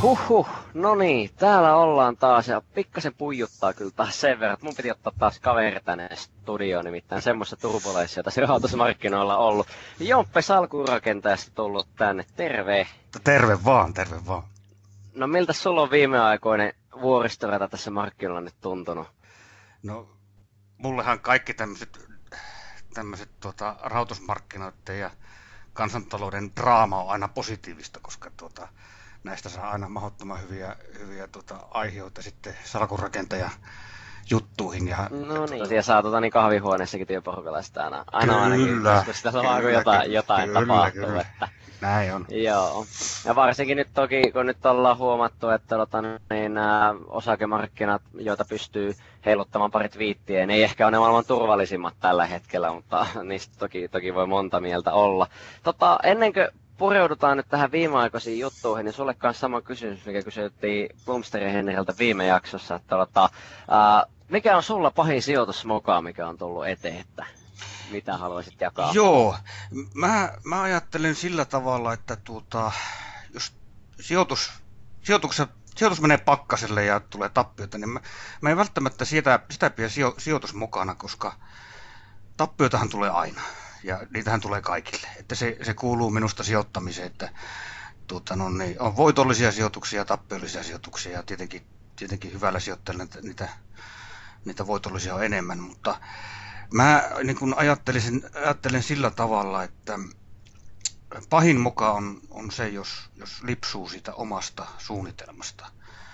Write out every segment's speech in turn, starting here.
No niin, täällä ollaan taas ja pikkasen puijuttaa kyllä taas sen verran, että mun piti ottaa taas kaveri tänne studioon, nimittäin semmoista turbuleissia tässä rahoitusmarkkinoilla ollut. Jomppe salkurakentajasta tullut tänne, terve! Terve vaan, terve vaan. No miltä sulla on viimeaikoinen vuoristorata tässä markkinoilla nyt tuntunut? No, mullehan kaikki tämmöiset rahoitusmarkkinoiden ja kansantalouden draama on aina positiivista, koska näistä saa aina mahdottoman hyviä aiheita sitten salkunrakentajan juttuihin. No niin, siellä saa kahvihuoneessakin työporukalla sitä aina kyllä, koska sitä saa jotain kyllä, tapahtuu. Kyllä. Että... Näin on. Joo, ja varsinkin nyt toki, kun nyt ollaan huomattu, että nämä osakemarkkinat, joita pystyy heiluttamaan parit viittiä, ei ehkä ole ne maailman turvallisimmat tällä hetkellä, mutta niistä toki voi monta mieltä olla. Ennen kuin pureudutaan nyt tähän viimeaikaisiin juttuihin, niin sulle kanssa sama kysymys, mikä kysyttiin Blomsterin Henriltä viime jaksossa, että mikä on sulla pahin sijoitusmoka, mikä on tullut eteen, että mitä haluaisit jakaa? Joo, mä ajattelen sillä tavalla, että jos sijoitus menee pakkaselle ja tulee tappiota, niin mä en välttämättä sitä pidä sijoitus mukana, koska tappioitahan tulee aina ja niitähän tulee kaikille. Että se kuuluu minusta sijoittamiseen, että on voitollisia sijoituksia ja tappiollisia sijoituksia ja tietenkin hyvällä sijoittajalla niitä voitollisia on enemmän, mutta mä niin kun ajattelen sillä tavalla, että pahin moka on se, jos lipsuu siitä omasta suunnitelmasta.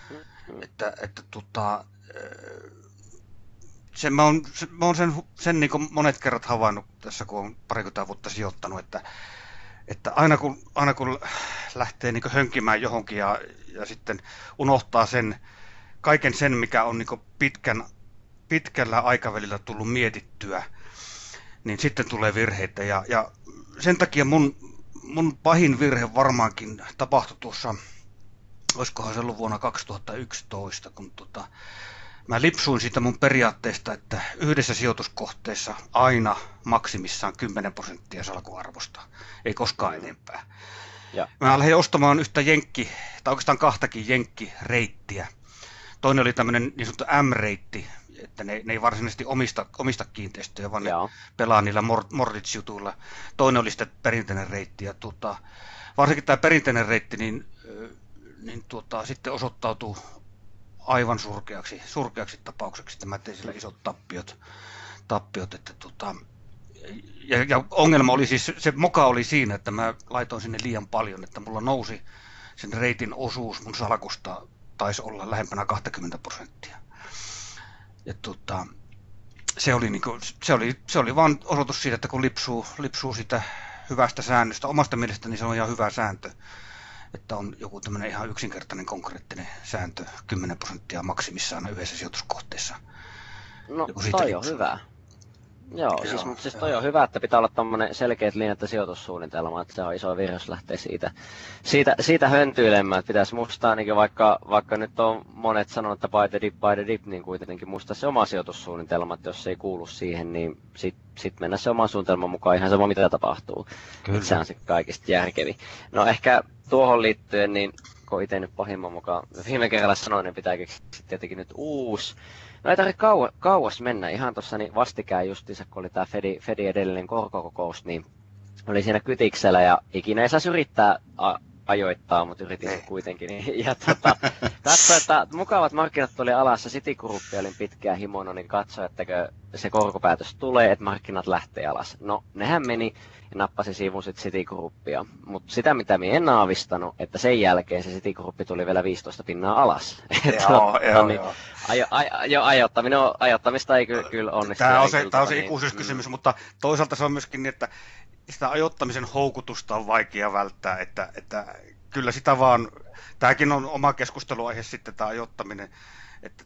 Mä oon sen niin kuin monet kerrat havainnut tässä, kun on parikymmentä vuotta sijoittanut, että aina kun lähtee niin kuin hönkimään johonkin ja sitten unohtaa kaiken sen, mikä on niin kuin pitkällä aikavälillä tullut mietittyä, niin sitten tulee virheitä. Ja sen takia mun pahin virhe varmaankin tapahtui tuossa, olisikohan se ollut vuonna 2011, kun mä lipsuin siitä mun periaatteesta, että yhdessä sijoituskohteessa aina maksimissaan 10% salkuarvosta, ei koskaan enempää. Ja. Mä lähdin ostamaan yhtä tai oikeastaan kahtakin jenkkireittiä. Toinen oli tämmöinen niin sanottu M-reitti, että ne ei varsinaisesti omista kiinteistöjä, vaan ne pelaa niillä mortgage-jutuilla. Toinen oli sitten perinteinen reitti, ja varsinkin tämä perinteinen reitti niin sitten osoittautuu aivan surkeaksi tapaukseksi, että mä tein sillä isot tappiot että ja ongelma oli siis, se moka oli siinä, että mä laitoin sinne liian paljon, että mulla nousi sen reitin osuus mun salkusta, taisi olla lähempänä 20%. Ja se oli vaan osoitus siitä, että kun lipsuu sitä hyvästä säännöstä, omasta mielestäni se on ihan hyvä sääntö, että on joku tämmöinen ihan yksinkertainen konkreettinen sääntö, 10% maksimissaan yhdessä sijoituskohteessa. No toi on hyvä. Joo, siis toi on hyvä, että pitää olla tommonen selkeät linjat ja sijoitussuunnitelma, että se on iso virhe, jos lähtee siitä höntyilemään, että pitäisi muistaa niin vaikka nyt on monet sanonut, että buy the dip, niin kuitenkin muistaa se oma sijoitussuunnitelma, että jos se ei kuulu siihen, niin sit mennä se oman suunnitelman mukaan ihan sama mitä tapahtuu. Kyllä. Se on se kaikista järkevi. No ehkä tuohon liittyen, niin kun itse nyt pahimman mukaan viime kerralla sanoin, niin pitää keksiä tietenkin nyt uusi. No ei tarvitse kauas mennä. Ihan tuossa niin vastikään justiinsa, kun oli tämä Fedin edellinen korkokokous, niin oli siinä kytiksellä ja ikinä ei saisi yrittää ajoittaa, mutta yritin se kuitenkin. Ja katsoin, että mukavat markkinat tuli alas ja Citigroup oli pitkään himono, niin katsoi, että se korkopäätös tulee, että markkinat lähtee alas. No nehän meni ja nappasi sivun sitten Citigroupia, mutta sitä mitä minä en aavistanut, että sen jälkeen se Citigroup tuli vielä 15% alas. Joo. Ajottamista ei kyllä onnistu. Tämä on se ikuisuuskysymys, mutta toisaalta se on myöskin niin, että sitä ajoittamisen houkutusta on vaikea välttää, että kyllä sitä vaan, tämäkin on oma keskusteluaihe sitten tämä ajoittaminen, että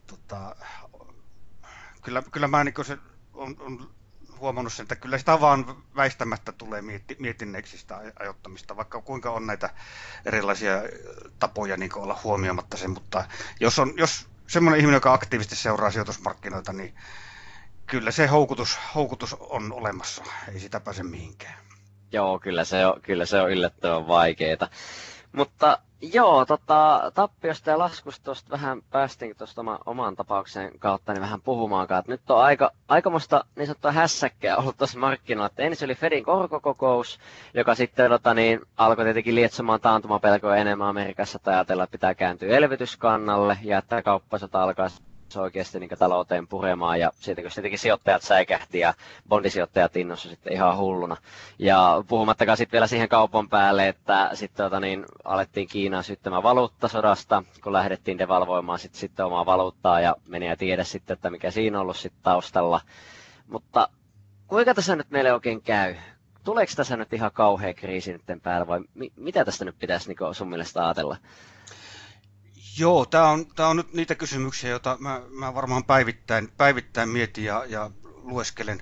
kyllä mä niin se on huomannut sen, että kyllä sitä vaan väistämättä tulee mietinnäksi sitä ajoittamista, vaikka kuinka on näitä erilaisia tapoja niin olla huomioimatta sen, mutta jos semmoinen ihminen, joka aktiivisesti seuraa sijoitusmarkkinoita, niin kyllä se houkutus on olemassa, ei sitä pääse mihinkään. Joo, kyllä se on yllättävän vaikeeta. Mutta Joo, tappiosta ja laskusta tuosta vähän päästiin tuosta oman tapauksen kautta niin vähän puhumaankaan. Että nyt on aikamoista niin sanottua hässäkkää ollut tuossa markkinoilla. Että ensin oli Fedin korkokokous, joka sitten alkoi tietenkin lietsomaan taantumapelkoja enemmän Amerikassa, että ajatella, että pitää kääntyä elvytyskannalle ja että kauppasota alkaa oikeasti niin talouteen puremaan ja siitä kun tietenkin sijoittajat säikähti ja bondisijoittajat innossa sitten ihan hulluna. Ja puhumattakaan sitten vielä siihen kaupan päälle, että sitten alettiin Kiinaan syttämään valuuttasodasta, kun lähdettiin devalvoimaan sitten omaa valuuttaa ja meni ja tiedä sitten, että mikä siinä on ollut sitten taustalla. Mutta kuinka tässä nyt meille oikein käy? Tuleeko tässä nyt ihan kauhea kriisi nyt päällä vai mitä tästä nyt pitäisi niin sun mielestä ajatella? Joo, tämä on nyt niitä kysymyksiä, joita mä varmaan päivittäin mietin ja lueskelen.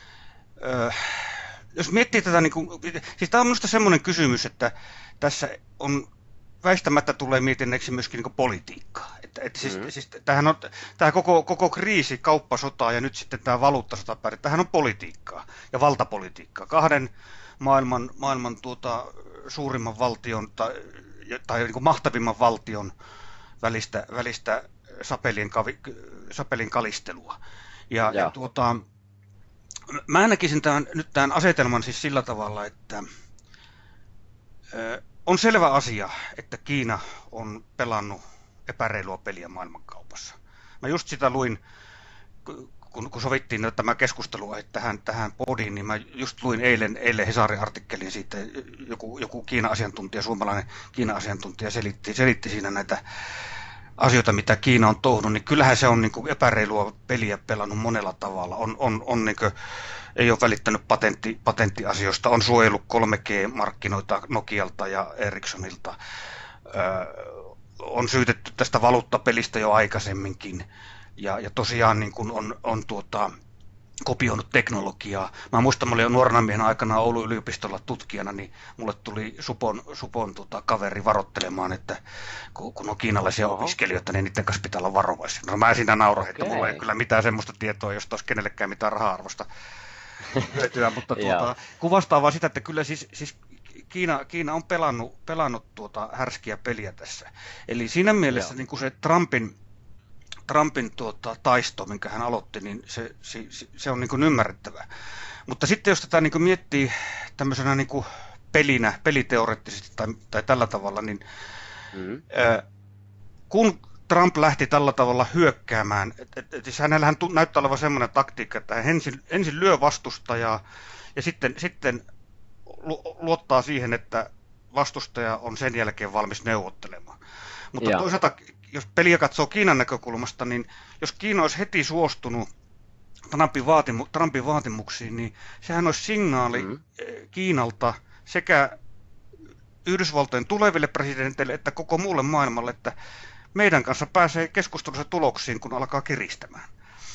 Jos miettii tätä, siis tämä on minusta semmoinen kysymys, että tässä on väistämättä tulee mietinnäksi myöskin politiikkaa. Siis tämä koko kriisi, kauppasota ja nyt sitten tämä valuuttasota päälle, tämähän on politiikkaa ja valtapolitiikkaa. Kahden maailman suurimman valtion tai niin kuin mahtavimman valtion välistä sapelin kalistelua. Ja mä näkisin tämän asetelman siis sillä tavalla, että on selvä asia, että Kiina on pelannut epäreilua peliä maailmankaupassa. Mä just sitä luin, kun sovittiin tämä keskustelu tähän podiin, niin mä just luin eilen Hesarin artikkelin siitä, joku Kiina-asiantuntija, suomalainen Kiina-asiantuntija selitti siinä näitä asioita, mitä Kiina on touhunut, niin kyllähän se on niin kuin epäreilua peliä pelannut monella tavalla. On niin kuin, ei ole välittänyt patenttiasioista, on suojellut 3G-markkinoita Nokialta ja Ericssonilta, on syytetty tästä valuuttapelistä jo aikaisemminkin, ja tosiaan niin kuin on kopioinut teknologiaa. Mä muistan, mä olin nuorena miehen aikana Oulun yliopistolla tutkijana, niin mulle tuli Supon kaveri varoittelemaan, että kun on kiinalaisia opiskelijoita, niin niiden kanssa pitää olla varovaisia. No mä siinä nauroin, että mulla ei kyllä mitään semmoista tietoa, josta olisi kenellekään mitään raha-arvosta hyötyä, mutta kuvastaa vaan sitä, että kyllä siis Kiina on pelannut härskiä peliä tässä. Eli siinä mielessä niin kuin se Trumpin taisto, minkä hän aloitti, niin se on niin kuin ymmärrettävää. Mutta sitten jos tätä niin kuin miettii tämmöisenä niin kuin peliteoreettisesti tai tällä tavalla, niin kun Trump lähti tällä tavalla hyökkäämään, siis hänellähän näyttää olevan semmoinen taktiikka, että hän ensin lyö vastustajaa ja sitten luottaa siihen, että vastustaja on sen jälkeen valmis neuvottelemaan. Mutta toisaalta, jos peliä katsoo Kiinan näkökulmasta, niin jos Kiina olisi heti suostunut Trumpin vaatimuksiin, niin sehän olisi signaali Kiinalta sekä Yhdysvaltojen tuleville presidenteille että koko muulle maailmalle, että meidän kanssa pääsee keskustelussa tuloksiin, kun alkaa kiristämään.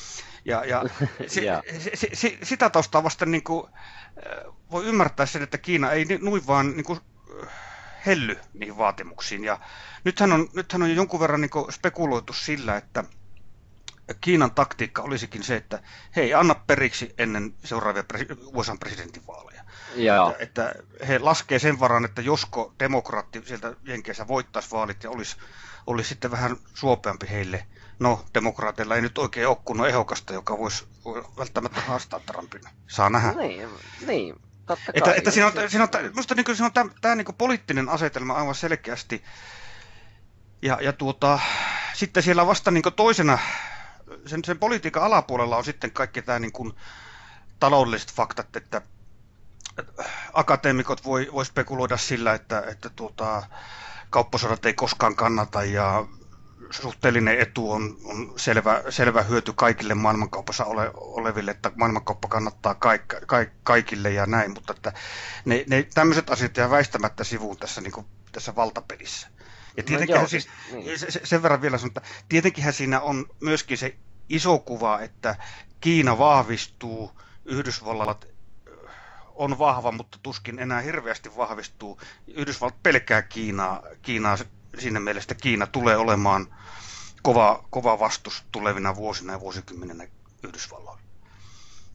Sitä taustaa vasten niin kuin, voi ymmärtää sen, että Kiina ei noin vaan niin kuin, helly niihin vaatimuksiin. Ja nythän on jo jonkun verran niin kuin spekuloitu sillä, että Kiinan taktiikka olisikin se, että he ei anna periksi ennen seuraavia USA:n presidentinvaaleja. Että he laskee sen varan, että josko demokraatti sieltä Jenkeissä voittaisi vaalit ja olisi sitten vähän suopeampi heille. No, demokraateilla ei nyt oikein ole kunnon ehokasta, joka voisi välttämättä haastaa Trumpin. Saa nähdä. Niin. Että siinä on tämä niin kuin poliittinen asetelma aivan selkeästi. Ja sitten siellä vasta niin kuin toisena, sen politiikan alapuolella on sitten kaikki tämä niin kuin taloudelliset faktat, että akateemikot voi spekuloida sillä, että kauppasodat ei koskaan kannata ja suhteellinen etu on selvä hyöty kaikille maailmankaupassa oleville, että maailmankauppa kannattaa kaikille ja näin, mutta että ne tämmöiset asiat jää väistämättä sivuun tässä, niin kuin, tässä valtapelissä. Ja tietenkinhän sen verran vielä sanon, että tietenkinhän siinä on myöskin se iso kuva, että Kiina vahvistuu, Yhdysvallat on vahva, mutta tuskin enää hirveästi vahvistuu. Yhdysvallat pelkää Kiinaa siinä mielessä, että Kiina tulee olemaan kova vastus tulevina vuosina ja vuosikymmeninä Yhdysvalloille.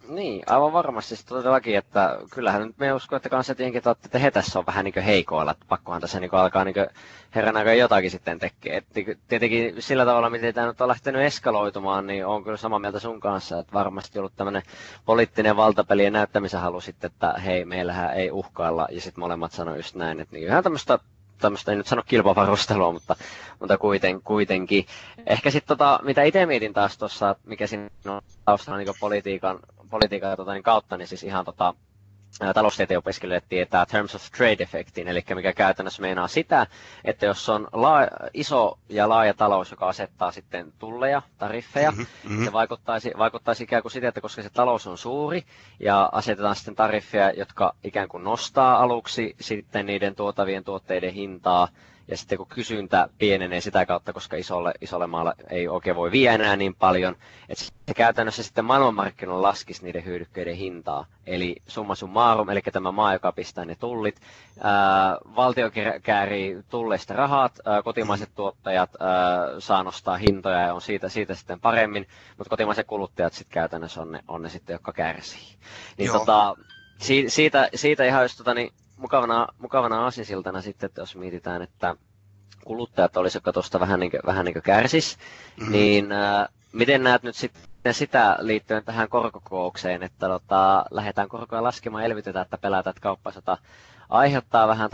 Niin, aivan varmasti se todellakin, että kyllähän nyt me uskon, että kanssa tietenkin, että he tässä on vähän niin kuin heikoilla, että pakkohan tässä niin kuin alkaa niin kuin herran aikaa jotakin sitten tekee. Et tietenkin sillä tavalla, miten tämä nyt on lähtenyt eskaloitumaan, niin on kyllä samaa mieltä sun kanssa, että varmasti ollut tämmöinen poliittinen valtapeli ja näyttämisen halu sitten, että hei, meillähän ei uhkailla, ja sitten molemmat sanoi just näin, että niin ihan tämmöistä, ei nyt sano kilpavarustelua, mutta kuitenkin. Ehkä sitten mitä itse mietin taas tuossa, mikä siinä on taustalla niin politiikan niin kautta, niin siis ihan taloustieteen opiskelijoille tietää Terms of Trade-efektin, eli mikä käytännössä meinaa sitä, että jos on iso ja laaja talous, joka asettaa sitten tulleja, tariffeja, se vaikuttaisi ikään kuin sitä, että koska se talous on suuri ja asetetaan sitten tariffeja, jotka ikään kuin nostaa aluksi sitten niiden tuotavien tuotteiden hintaa, ja sitten kun kysyntä pienenee sitä kautta, koska isolle maalle ei oikein voi viedä enää niin paljon, että se käytännössä sitten maailmanmarkkinoilla laskisi niiden hyödykkeiden hintaa. Eli summa summarum, eli tämä maa, joka pistää ne tullit, valtio käärii tulleista rahat, kotimaiset tuottajat saa nostaa hintoja ja on siitä sitten paremmin, mutta kotimaiset kuluttajat sitten käytännössä on ne sitten, jotka kärsii. Niin siitä ihan just mukavana aasinsiltana sitten, että jos mietitään, että kuluttajat olisivat tuosta vähän niin kuin kärsis, niin miten näet nyt sitten sitä liittyen tähän korkokokoukseen, että lähdetään korkoja laskemaan, elvytetään, että pelätään, että kauppasota aiheuttaa vähän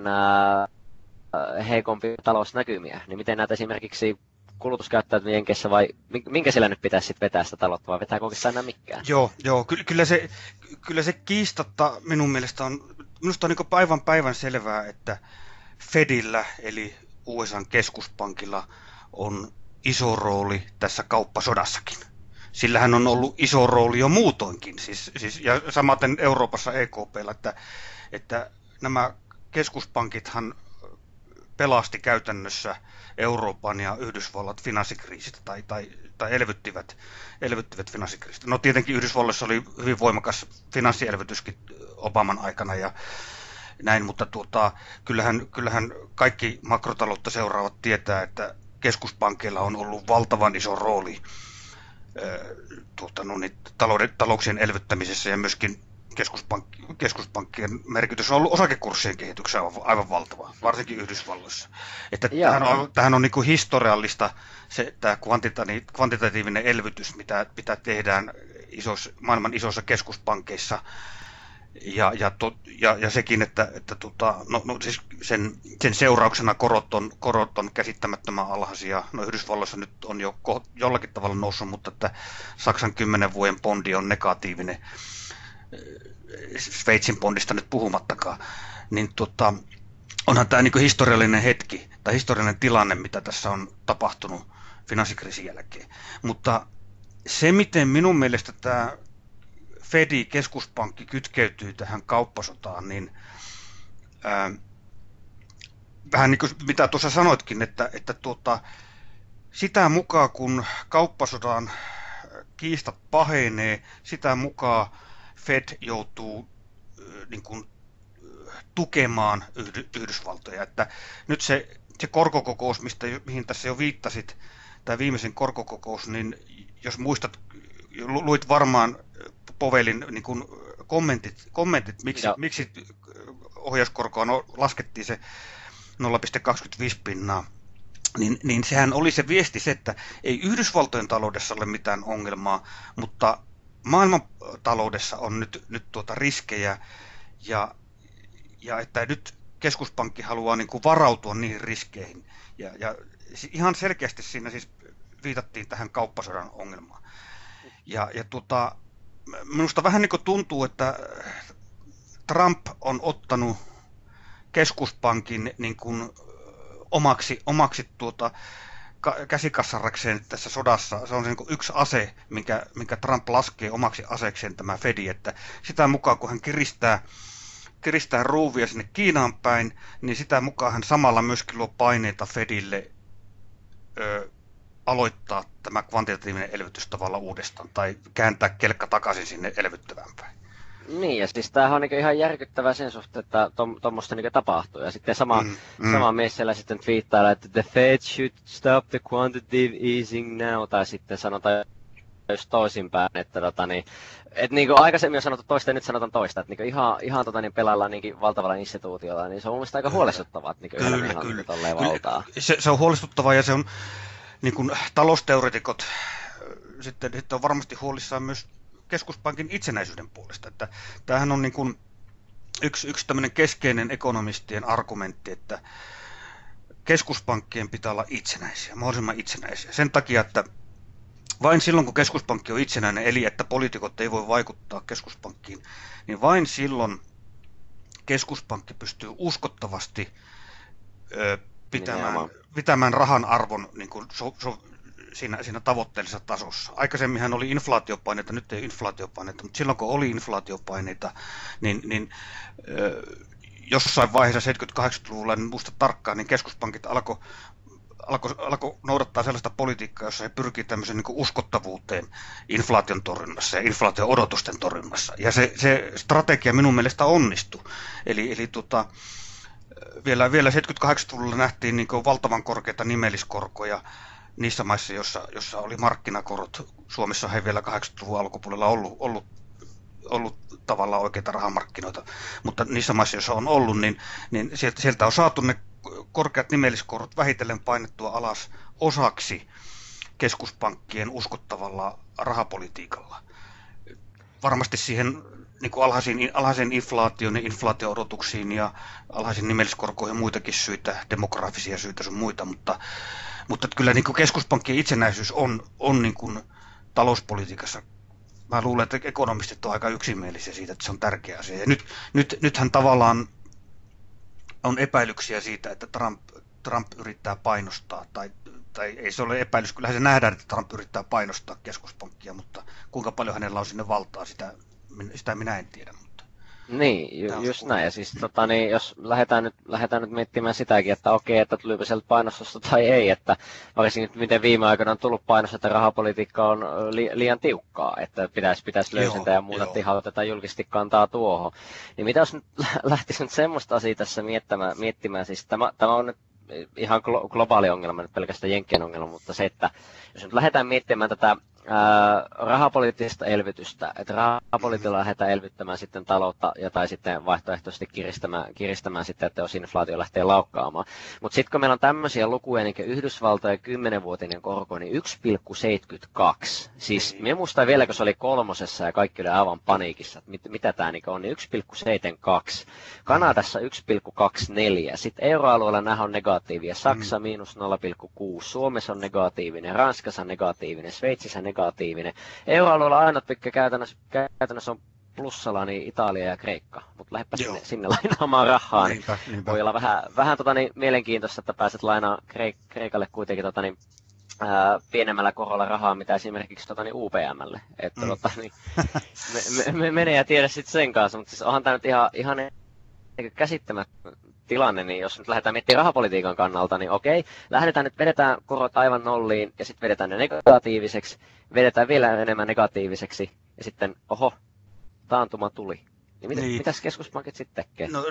heikompia talousnäkymiä, niin miten näet esimerkiksi kulutuskäyttäytyminen Jenkeissä vai minkä siellä nyt pitäisi sitten vetää sitä taloutta vai vetääkö oikeastaan enää mikään? Joo, kyllä se kiistatta minun mielestä minusta on niin aivan päivän selvää, että Fedillä eli USA:n keskuspankilla on iso rooli tässä kauppasodassakin. Sillähän on ollut iso rooli jo muutoinkin, ja samaten Euroopassa EKP:llä, että nämä keskuspankithan pelasti käytännössä Euroopan ja Yhdysvallat finanssikriisistä tai elvyttivät finanssikriisistä. No tietenkin Yhdysvalloissa oli hyvin voimakas finanssielvytyskin Obaman aikana ja näin, mutta kyllähän kaikki makrotaloutta seuraavat tietää, että keskuspankkeilla on ollut valtavan iso rooli talouksien elvyttämisessä ja myöskin keskuspankkien merkitys on ollut osakekurssien kehityksessä aivan valtava, varsinkin Yhdysvalloissa. Että tämähän on niin kuin historiallista tämä kvantitatiivinen elvytys, mitä tehdään maailman isoissa keskuspankeissa. Ja sekin, että siis sen seurauksena korot on käsittämättömän alhaisia. No Yhdysvalloissa nyt on jo jollakin tavalla noussut, mutta että Saksan 10 vuoden bondi on negatiivinen. Sveitsin bondista nyt puhumattakaan, niin onhan tämä niin kuin historiallinen hetki tai historiallinen tilanne, mitä tässä on tapahtunut finanssikriisin jälkeen. Mutta se, miten minun mielestä tämä Fedi, keskuspankki, kytkeytyy tähän kauppasotaan, niin vähän niin kuin mitä tuossa sanoitkin, että sitä mukaan kun kauppasodan kiistat pahenee, sitä mukaan Fed joutuu niin kuin tukemaan Yhdysvaltoja. Että nyt se korkokokous, mihin tässä jo viittasit, tämä viimeisen korkokokous, niin jos muistat, luit varmaan Powellin niin kuin kommentit miksi ohjauskorkoa laskettiin se 0,25%, niin sehän oli se viesti se, että ei Yhdysvaltojen taloudessa ole mitään ongelmaa, mutta maailmantaloudessa on nyt riskejä ja että nyt keskuspankki haluaa niin kuin varautua niihin riskeihin. Ja ihan selkeästi siinä siis viitattiin tähän kauppasodan ongelmaan. Ja minusta vähän niin kuin tuntuu, että Trump on ottanut keskuspankin niin kuin omaksi käsikassarakseen tässä sodassa. Se on se niin kuin yksi ase, minkä Trump laskee omaksi aseekseen tämä Fedi, että sitä mukaan kun hän kiristää ruuvia sinne Kiinaan päin, niin sitä mukaan hän samalla myöskin luo paineita Fedille aloittaa tämä kvantitatiivinen elvytys tavallaan uudestaan tai kääntää kelkka takaisin sinne elvyttävään päin. Niin, ja siis tämähän on ihan järkyttävää sen suhteen, että tuommoista tapahtuu. Ja sitten sama mies siellä sitten twiittailla, että the Fed should stop the quantitative easing now, tai sitten sanotaan just toisinpäin, että et niin kuin aikaisemmin on sanottu toista ja nyt sanotaan toista, että niin ihan pelaillaan niinkin valtavalla instituutiolla, niin se on mun mielestä aika huolestuttavaa, että niin yhdellä ihan niin tolleen valtaa. Se on huolestuttavaa ja se on niin kuin talousteoreetikot sitten on varmasti huolissaan myös keskuspankin itsenäisyyden puolesta, että tämähän on niin kuin yksi tämmöinen keskeinen ekonomistien argumentti, että keskuspankkien pitää olla itsenäisiä, mahdollisimman itsenäisiä. Sen takia, että vain silloin, kun keskuspankki on itsenäinen, eli että poliitikot ei voi vaikuttaa keskuspankkiin, niin vain silloin keskuspankki pystyy uskottavasti pitämään rahan arvon niin kuin siinä tavoitteellisessa tasossa. Aikaisemminhan oli inflaatiopaineita, nyt ei inflaatiopaineita, mutta silloin kun oli inflaatiopaineita, niin jossain vaiheessa 70-80-luvulla, en muista tarkkaan, niin keskuspankit alkoi noudattaa sellaista politiikkaa, jossa he pyrkii tämmöiseen niin kuin uskottavuuteen inflaation torjunnassa ja inflaation odotusten torjunnassa. Ja se strategia minun mielestä onnistui. Eli vielä 70-80-luvulla nähtiin niin kuin valtavan korkeita nimelliskorkoja niissä maissa, jossa oli markkinakorot. Suomessa ei vielä 80-luvun alkupuolella ollut tavallaan oikeita rahamarkkinoita, mutta niissä maissa, joissa on ollut, niin sieltä on saatu ne korkeat nimelliskorot vähitellen painettua alas osaksi keskuspankkien uskottavalla rahapolitiikalla. Varmasti siihen niin kuin alhaisen inflaation ja inflaatio-odotuksiin ja alhaisiin nimelliskorkoihin muitakin syitä, demografisia syitä sun muita, mutta kyllä niin kuin keskuspankkien itsenäisyys on niin kuin talouspolitiikassa. Mä luulen, että ekonomistit on aika yksimielisiä siitä, että se on tärkeä asia. Ja nythän tavallaan on epäilyksiä siitä, että Trump yrittää painostaa, tai ei se ole epäilys, kyllähän se nähdään, että Trump yrittää painostaa keskuspankkia, mutta kuinka paljon hänellä on sinne valtaa, sitä minä en tiedä. Niin, just näin. Ja siis jos lähdetään nyt miettimään sitäkin, että okei, että tulipa sieltä painostusta tai ei, että varsinkin miten viime aikoina on tullut painos, että rahapolitiikka on liian tiukkaa, että pitäisi löysentää ja muuta otetaan julkisesti kantaa tuohon. Niin mitä jos nyt lähtisi nyt semmoista asiaa tässä miettimään, siis tämä on nyt ihan globaali ongelma, nyt pelkästään Jenkkien ongelma, mutta se, että jos nyt lähdetään miettimään tätä rahapoliittista elvytystä, että rahapolitiikalla lähdetään elvyttämään sitten taloutta tai sitten vaihtoehtoisesti kiristämään sitten, että jos inflaatio lähtee laukkaamaan. Mutta sitten kun meillä on tämmöisiä lukuja, niin Yhdysvaltojen 10-vuotinen korko, niin 1,72. Siis minä muistan vielä, kun se oli kolmosessa ja kaikki oli aivan paniikissa, että mitä tämä niin on, niin 1,72. Kanadassa 1,24. Sitten euroalueella nämä on negatiivia. Saksa miinus 0,6. Suomessa on negatiivinen. Ranskassa on negatiivinen. Sveitsissä negatiivinen. Euroalueella ainoat, mitkä käytännössä on plussalla, niin Italia ja Kreikka, mutta lähdepä sinne lainaamaan rahaa. Niinpä. Voi olla vähän mielenkiintoista, että pääset lainaamaan Kreikalle kuitenkin pienemmällä korolla rahaa, mitä esimerkiksi UPM:lle. Että menee ja tiedä sitten sen kanssa, mutta siis onhan tämä nyt ihan käsittämätön tilanne, niin jos nyt lähdetään miettimään rahapolitiikan kannalta, niin okei, vedetään korot aivan nolliin ja sitten vedetään ne negatiiviseksi, vedetään vielä enemmän negatiiviseksi ja sitten, taantuma tuli. Niin mitäs keskuspankit sitten tekee? No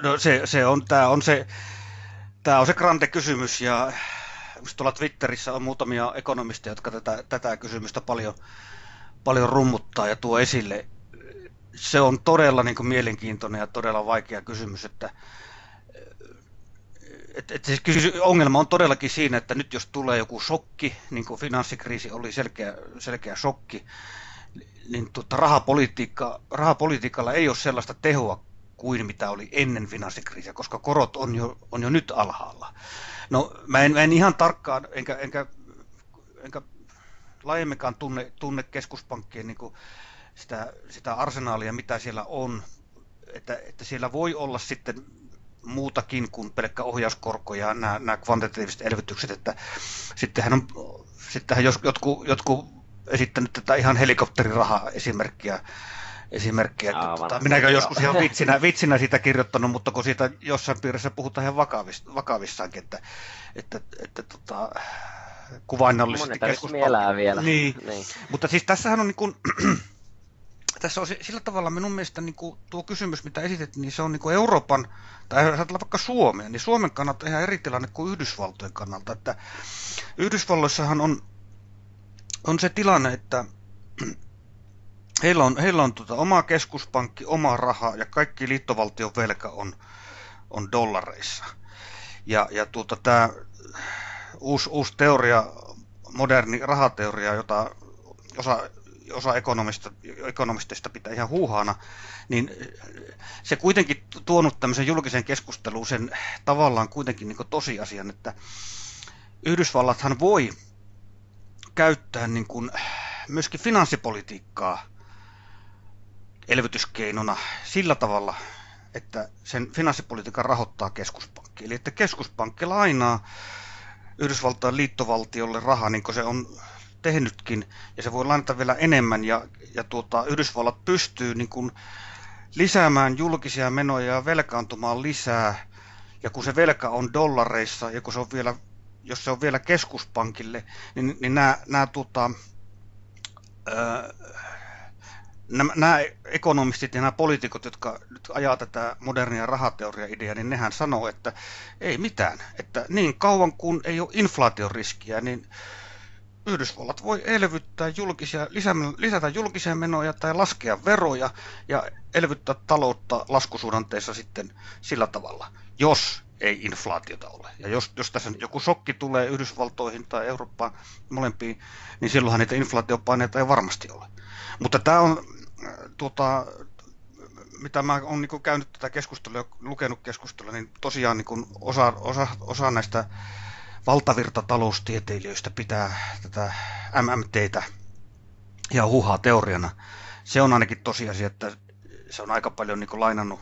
tämä on se grande kysymys ja tuolla Twitterissä on muutamia ekonomisteja, jotka tätä kysymystä paljon rummuttaa ja tuo esille. Se on todella niin kuin mielenkiintoinen ja todella vaikea kysymys, että ongelma on todellakin siinä, että nyt jos tulee joku shokki, niin kuin finanssikriisi oli selkeä shokki, niin rahapolitiikalla ei ole sellaista tehoa kuin mitä oli ennen finanssikriisiä, koska korot on jo nyt alhaalla. No mä en ihan tarkkaan, enkä laajemminkaan tunne keskuspankkien niin kuin sitä arsenaalia, mitä siellä on, että siellä voi olla sitten muutakin kuin pelkkä ohjauskorko ja nämä kvantitatiiviset elvytykset, että sittenhän jotkut esittänyt tätä ihan helikopteriraha esimerkkiä että minäkään joskus ihan vitsinä siitä kirjoittanut, mutta kun siitä jossain piirissä puhutaan ihan vakavissaankin, että kuvainnollisesti keskuspankki. Vielä. Niin. Mutta siis tässähän on niin kuin tässä on sillä tavalla minun mielestä niin kuin tuo kysymys, mitä esitettiin, niin se on niin kuin Euroopan, tai ajatellaan vaikka Suomea, niin Suomen kannalta ihan eri tilanne kuin Yhdysvaltojen kannalta. Että Yhdysvalloissahan on se tilanne, että Heillä on oma keskuspankki, oma raha ja kaikki liittovaltion velka on dollareissa. Ja tämä uusi teoria, moderni rahateoria, jota osa ekonomisteista pitää ihan huuhaana, niin se kuitenkin tuonut tämmöisen julkisen keskusteluun sen tavallaan kuitenkin niin tosiasian, että Yhdysvallathan voi käyttää niin kuin myöskin finanssipolitiikkaa elvytyskeinona sillä tavalla, että sen finanssipolitiikan rahoittaa keskuspankki. Eli että keskuspankki lainaa Yhdysvaltain liittovaltiolle rahaa, niin kuin se on tehnytkin, ja se voi lainata vielä enemmän, ja Yhdysvallat pystyy niin kuin lisäämään julkisia menoja ja velkaantumaan lisää, ja kun se velka on dollareissa, ja kun se on vielä, jos se on vielä keskuspankille, niin nämä ekonomistit ja nämä poliitikot, jotka nyt ajaa tätä modernia rahateoria-ideaa, niin nehän sanoo, että ei mitään, että niin kauan kun ei ole inflaation riskiä, niin Yhdysvallat voi elvyttää lisätä julkisia menoja tai laskea veroja ja elvyttää taloutta laskusuhdanteessa sitten sillä tavalla, jos ei inflaatiota ole. Ja jos tässä joku shokki tulee Yhdysvaltoihin tai Eurooppaan molempiin, niin silloinhan niitä inflaatiopaineita ei varmasti ole. Mutta tämä on, mitä mä oon niin käynyt tätä keskustelua ja lukenut keskustelua, niin tosiaan niin osa näistä valtavirtataloustieteilijöistä pitää tätä MMTtä ja huuhaa teoriana. Se on ainakin tosiasia, että se on aika paljon niin lainannut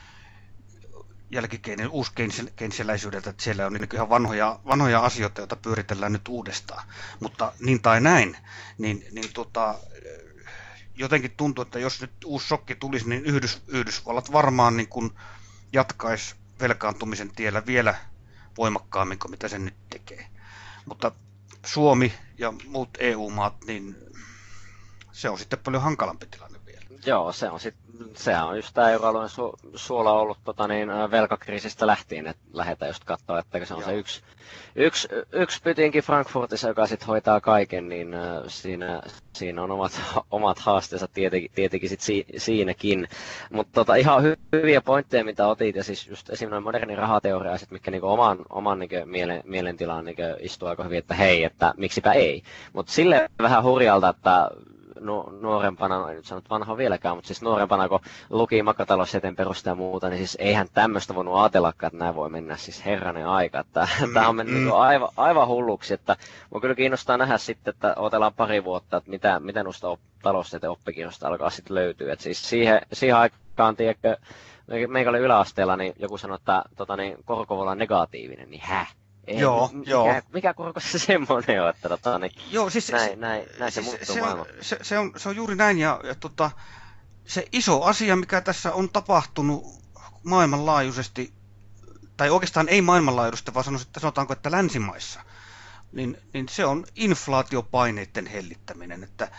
uuskeinsiläisyydeltä, että siellä on niin ihan vanhoja asioita, joita pyöritellään nyt uudestaan. Mutta niin tai näin, niin jotenkin tuntuu, että jos nyt uusi shokki tulisi, niin Yhdysvallat varmaan niin kuin jatkaisi velkaantumisen tiellä vielä voimakkaammin kuin mitä se nyt tekee. Mutta Suomi ja muut EU-maat, niin se on sitten paljon hankalampi tilanne vielä. Joo, sehän on just tämä euroalueen suola ollut velkakriisistä lähtien, että lähdetään just katsoa, että se on se yksi pytinki Frankfurtissa, joka sitten hoitaa kaiken, niin siinä on omat haasteensa tietenkin sit siinäkin. Mutta ihan hyviä pointteja, mitä otit, ja siis just esimerkiksi moderni rahateoria, mitkä niinku oman niinku mielentilaan niinku istuu aika hyvin, että hei, että miksipä ei. Mutta silleen vähän hurjalta, että nuorempana, en nyt sanonut vanha vieläkään, mutta siis nuorempana, kun luki makrotaloustieteen perusta ja muuta, niin siis eihän tämmöistä voinut ajatellakaan, että näin voi mennä siis herranen aika. Tämä on mennyt aivan hulluksi, että minua kyllä kiinnostaa nähdä sitten, että odotellaan pari vuotta, että mitä noista taloustieteen oppikirjoista alkaa sitten löytyä. Et siis siihen aikaan, tiedätkö, meikä oli yläasteella, niin joku sanoi, että korko voi olla negatiivinen, niin Joo. Mikä korko se semmoinen on, että joo, siis näin se muuttuu maailma. Se on juuri näin, ja se iso asia, mikä tässä on tapahtunut maailmanlaajuisesti, tai oikeastaan ei maailmanlaajuisesti, vaan sanotaanko, että länsimaissa, niin se on inflaatiopaineiden hellittäminen, että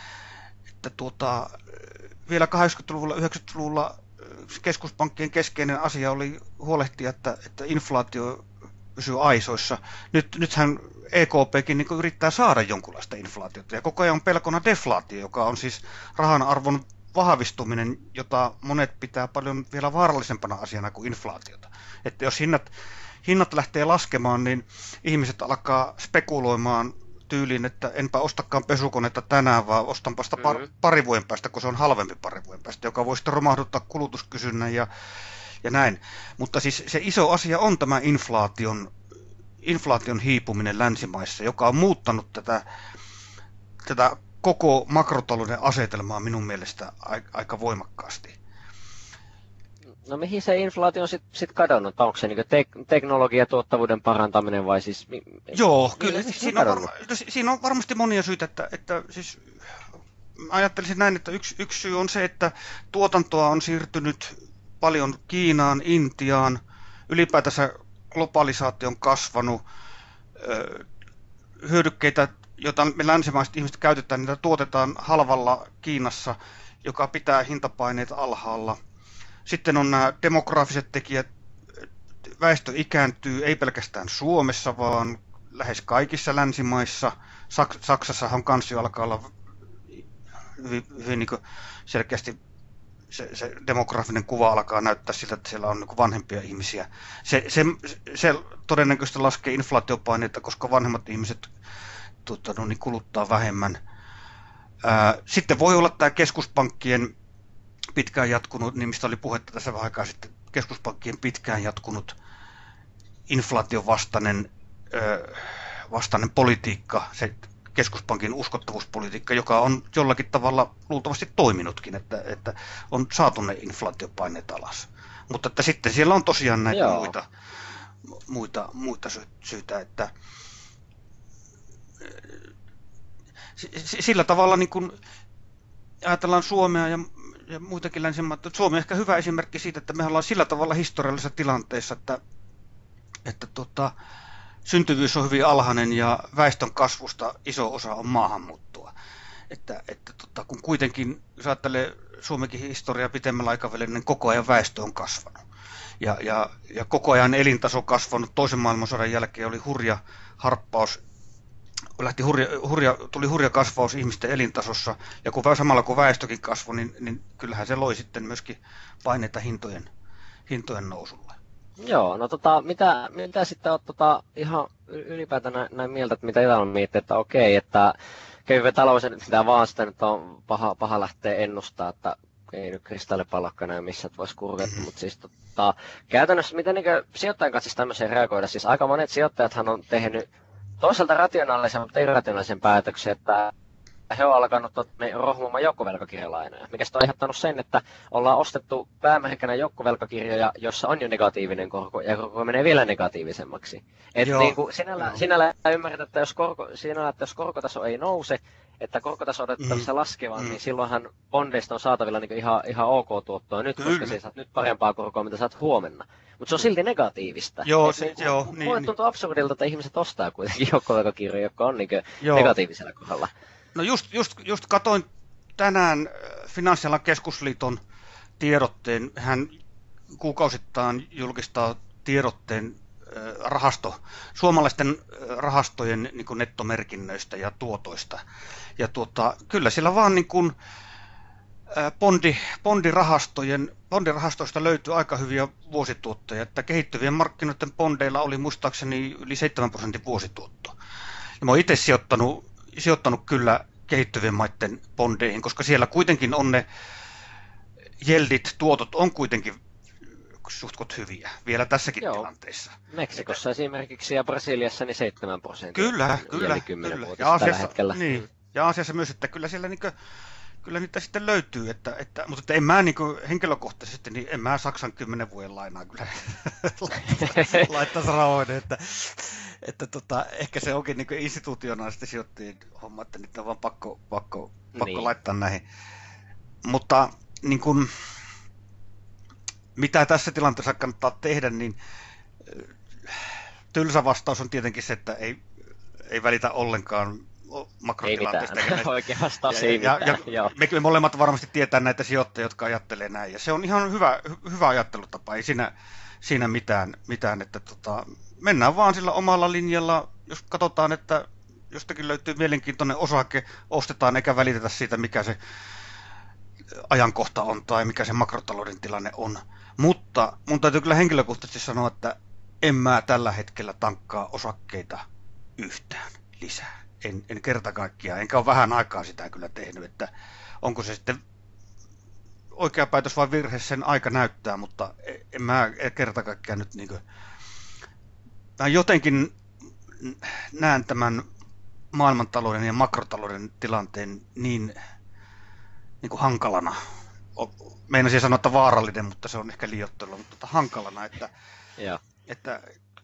vielä 80-luvulla, 90-luvulla keskuspankkien keskeinen asia oli huolehtia, että inflaatio pysyy aisoissa. Nythän EKPkin niin yrittää saada jonkunlaista inflaatiota, ja koko ajan on pelkona deflaatio, joka on siis rahan arvon vahvistuminen, jota monet pitää paljon vielä vaarallisempana asiana kuin inflaatiota. Että jos hinnat lähtee laskemaan, niin ihmiset alkaa spekuloimaan tyyliin, että enpä ostakaan pesukonetta tänään, vaan ostanpa sitä pari vuoden päästä, kun se on halvempi pari vuoden päästä, joka voi sitten romahduttaa kulutuskysynnän ja näin. Mutta siis se iso asia on tämä inflaation hiipuminen länsimaissa, joka on muuttanut tätä koko makrotalouden asetelmaa minun mielestä aika voimakkaasti. No mihin se inflaatio on sit kadonnut? Onko se niinku teknologia, tuottavuuden parantaminen vai siis... Joo, kyllä. Siinä on varmasti monia syitä, että siis ajattelisin näin, että yksi syy on se, että tuotantoa on siirtynyt paljon Kiinaan, Intiaan, ylipäätänsä globalisaatio on kasvanut, hyödykkeitä, joita me länsimaiset ihmiset käytetään, niitä tuotetaan halvalla Kiinassa, joka pitää hintapaineita alhaalla. Sitten on nämä demografiset tekijät, väestö ikääntyy ei pelkästään Suomessa, vaan lähes kaikissa länsimaissa. Saksassahan kansi alkaa olla hyvin niin selkeästi se demografinen kuva alkaa näyttää siltä, että siellä on niin vanhempia ihmisiä. Se todennäköisesti laskee inflaatiopaineita, koska vanhemmat ihmiset niin kuluttaa vähemmän. Sitten voi olla tämä keskuspankkien pitkään jatkunut, niin mistä oli puhetta tässä vähän aikaa sitten, keskuspankkien pitkään jatkunut inflaation vastainen politiikka, se keskuspankin uskottavuuspolitiikka, joka on jollakin tavalla luultavasti toiminutkin, että on saatu ne inflaatiopaineet alas. Mutta että sitten siellä on tosiaan näitä muita syitä, että sillä tavalla niin kun ajatellaan Suomea ja muitakin länsimaita, Suomi on ehkä hyvä esimerkki siitä, että me ollaan sillä tavalla historiallisessa tilanteessa, että syntyvyys on hyvin alhainen ja väestön kasvusta iso osa on maahanmuuttoa. Että kun kuitenkin, jos ajattelee Suomenkin historiaa pitemmällä aikavälillä, niin koko ajan väestö on kasvanut. Ja koko ajan elintaso kasvanut. Toisen maailmansodan jälkeen oli hurja harppaus, tuli hurja kasvaus ihmisten elintasossa. Ja samalla kun väestökin kasvoi, niin kyllähän se loi sitten myöskin paineita hintojen nousulle. Joo, no mitä sitten olet ihan ylipäätään näin mieltä, että mitä itse on miettinyt, että okei, että köyhä talous ja mitä vaan sitä nyt on paha lähteä ennustaa, että ei nyt kristallipallokka näy missä, että voisi kurvetta, mutta siis käytännössä miten niin sijoittajan kanssa siis tämmöiseen reagoida, siis aika monet sijoittajathan on tehnyt toisaalta rationaalisen, mutta irrationaalisen päätöksen, että he on alkanut rohmuamaan joukkovelkakirjalainoja, mikä on aiheuttanut sen, että ollaan ostettu päämärkänä joukkovelkakirjoja, joissa on jo negatiivinen korko, ja korko menee vielä negatiivisemmaksi. Että niin sinällään ymmärrät, että jos korkotaso ei nouse, että korkotaso odotettavissa laskevan, niin silloinhan bondeista on saatavilla niin ihan ok tuottoa nyt, koska sä saat nyt parempaa korkoa, mitä saat huomenna. Mutta se on silti negatiivista. Mulle tuntuu absurdilta, että ihmiset ostaa kuitenkin joukkovelkakirjoja, jotka on niin negatiivisella kohdalla. No just katoin tänään Finanssialan keskusliiton tiedotteen. Hän kuukausittain julkistaa tiedotteen suomalaisten rahastojen niin kuin nettomerkinnöistä ja tuotoista. Ja kyllä siellä vaan niin kuin bondirahastoista löytyy aika hyviä vuosituottoja, että kehittyvien markkinoiden bondeilla oli muistaakseni yli 7% vuosituotto. Ja mä oon itse sijoittanut kyllä kehittyvien maiden bondeihin, koska siellä kuitenkin on ne tuotot on kuitenkin suhtkot hyviä vielä tässäkin tilanteessa. Meksikossa esimerkiksi ja Brasiliassa niin 7%. Kyllä. Ja Aasiassa, ja Aasiassa myös, että kyllä siellä kyllä niitä sitten löytyy, mutta en mä henkilökohtaisesti, niin en mä Saksan 10 vuoden lainaa kyllä laittaisi rahoille, että ehkä se onkin niin institutionaalisesti sijoittajien homma, että niitä on vaan pakko laittaa näihin. Mutta niin kuin, mitä tässä tilanteessa kannattaa tehdä, niin tylsä vastaus on tietenkin se, että ei välitä ollenkaan makrotilanteesta. Ei mitään, oikein vastaus ei mitään. Me molemmat varmasti tietää näitä sijoittajia, jotka ajattelee näin, ja se on ihan hyvä ajattelutapa, ei siinä mitään että mennään vaan sillä omalla linjalla, jos katsotaan, että jostakin löytyy mielenkiintoinen osake, ostetaan eikä välitetä siitä, mikä se ajankohta on tai mikä se makrotalouden tilanne on. Mutta mun täytyy kyllä henkilökohtaisesti sanoa, että en mä tällä hetkellä tankkaa osakkeita yhtään lisää. En kerta kaikkiaan, enkä ole vähän aikaa sitä kyllä tehnyt, että onko se sitten oikea päätös vai virhe, sen aika näyttää, mutta en mä kerta kaikkiaan nyt mä jotenkin näen tämän maailmantalouden ja makrotalouden tilanteen niin kuin hankalana. Meinasin sanoa, että vaarallinen, mutta se on ehkä liioittelua, mutta hankalana, että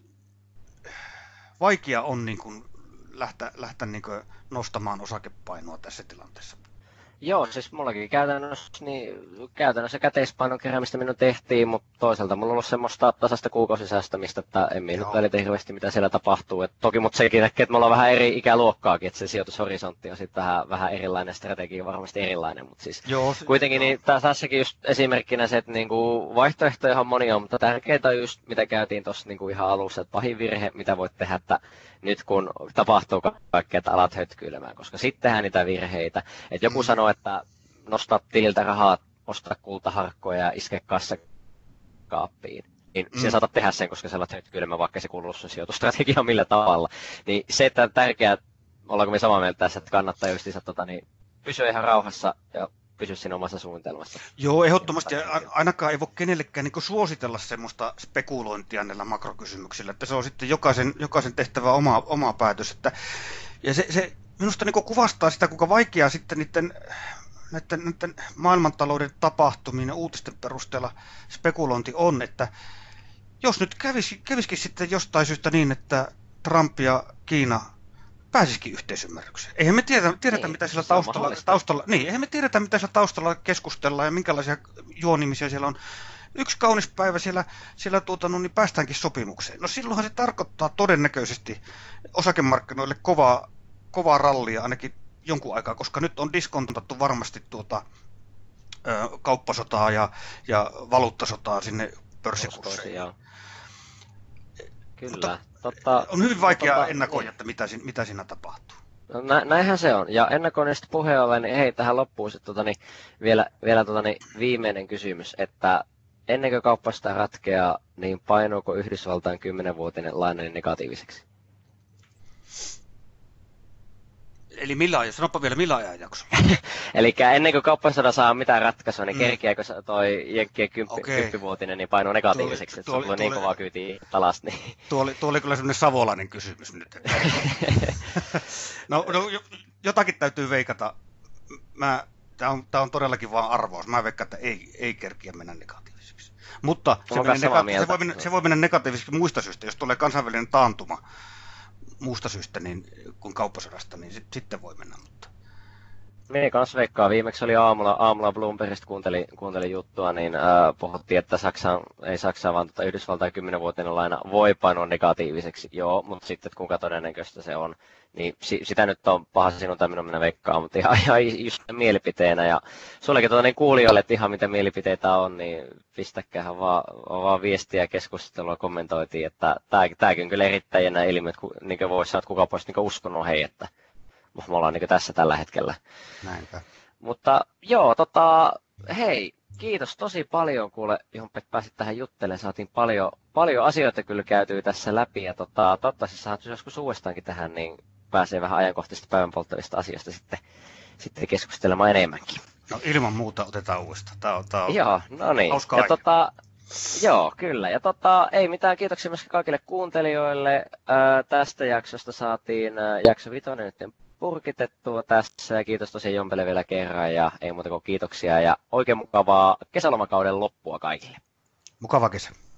vaikea on niin kuin lähteä niin kuin nostamaan osakepainoa tässä tilanteessa. Joo, siis mullakin käytännössä käteispainon keräämistä minun tehtiin, mutta toisaalta mulla on ollut semmoista tasaista kuukausisäästämistä, että en minä nyt välitä hirveästi mitä siellä tapahtuu. Toki mutta sekin, että me ollaan vähän eri ikäluokkaakin, että se sijoitushorisontti on sitten vähän erilainen, strategia varmasti erilainen, mutta siis kuitenkin niin tässäkin just esimerkkinä se, että niinku vaihtoehtoja on monia, mutta tärkeintä on just mitä käytiin tuossa niinku ihan alussa, että pahin virhe, mitä voit tehdä, että nyt kun tapahtuu kaikkea, että alat hötkyilemään, koska sittenhän niitä virheitä, että joku sanoo, sanoo, että nostaa tililtä rahaa, ostaa kultaharkkoja ja iske kassakaappiin. Niin sinä saatat tehdä sen, koska sä olet hötkyilemään, vaikka se kuuluu sun sijoitustrategia millä tavalla. Niin se, että on tärkeää, ollaanko me samaa mieltä tässä, että kannattaa justiinsa pysyä ihan rauhassa ja pysyä siinä omassa suunnitelmassa. Joo, ehdottomasti. Ainakaan ei voi kenellekään niin suositella semmoista spekulointia näillä makrokysymyksillä, että se on sitten jokaisen tehtävä oma päätös. Ja se minusta niin kuvastaa sitä, kuinka vaikeaa sitten näiden maailmantalouden tapahtumien ja uutisten perusteella spekulointi on, että jos nyt kävisikin sitten jostain syystä niin, että Trump ja Kiina pääsisikin yhteisymmärrykseen. Eihän me tiedetä niin, mitä siellä taustalla eihän me tiedetä, mitä siellä taustalla keskustellaan ja minkälaisia juonimisia siellä on. Yksi kaunis päivä siellä niin päästäänkin sopimukseen. No silloinhan se tarkoittaa todennäköisesti osakemarkkinoille kovaa rallia ainakin jonkun aikaa, koska nyt on diskontattu varmasti kauppasotaa ja valuuttasotaa sinne pörssikursseihin. Kyllä. On hyvin vaikea ennakoida, että mitä siinä tapahtuu. No, näinhän se on. Ja ennakoinnista puheen ollen, niin hei, tähän loppuun sitten vielä viimeinen kysymys, että ennen kuin kauppasta ratkeaa, niin painuuko Yhdysvaltain 10-vuotinen laina negatiiviseksi? Eli sanoppa vielä millä ajanjakso? Eli ennen kuin kauppasota saa mitään ratkaisua, niin kerkiääkö toi Jenkkien 10-vuotinen niin painuu negatiiviseksi, että sulla on niin kovaa kyytiä alas. Niin. Tuo oli kyllä sellainen savolainen kysymys nyt. no, jotakin täytyy veikata. Tämä on todellakin vain arvaus. Mä veikkaan, että ei kerkiä mennä negatiiviseksi. Mutta se voi mennä negatiiviseksi muista syistä, jos tulee kansainvälinen taantuma muusta syystä niin, kuin kauppasodasta, niin sitten voi mennä. Mutta. Minä kanssa veikkaan. Viimeksi oli aamulla Bloombergista kuuntelin juttua, niin puhuttiin, että Saksa vaan Yhdysvaltain 10-vuotinen laina voi painua negatiiviseksi. Joo, mutta sitten kuinka todennäköistä se on, niin sitä nyt on paha sinun tai minun mennä veikkaa, mutta ihan just mielipiteenä. Ja sullekin kuulijoille, että ihan mitä mielipiteitä on, niin pistäkäähän vaan viestiä ja keskustelua kommentoitiin, että tämäkin on kyllä erittäin jännä ilmiö, että niin voisi sanoa, että kuka voisi niin uskonut hei, että me ollaan niin tässä tällä hetkellä. Näinpä. Mutta joo, hei, kiitos tosi paljon kuule, johon pääsit tähän juttelemaan. Saatiin paljon asioita kyllä käytyy tässä läpi ja toivottavasti saat joskus uudestaankin tähän, niin pääsee vähän ajankohtaisista päivän polttavista asioista sitten keskustelemaan enemmänkin. No ilman muuta otetaan uudestaan. Tää on joo, no niin. Ja joo, kyllä. Ja ei mitään, kiitoksia myös kaikille kuuntelijoille. Tästä jaksosta saatiin jakso 5 nyt purkitettua tässä ja kiitos tosiaan Jompelle vielä kerran ja ei muuta kuin kiitoksia ja oikein mukavaa kesälomakauden loppua kaikille. Mukava kesä.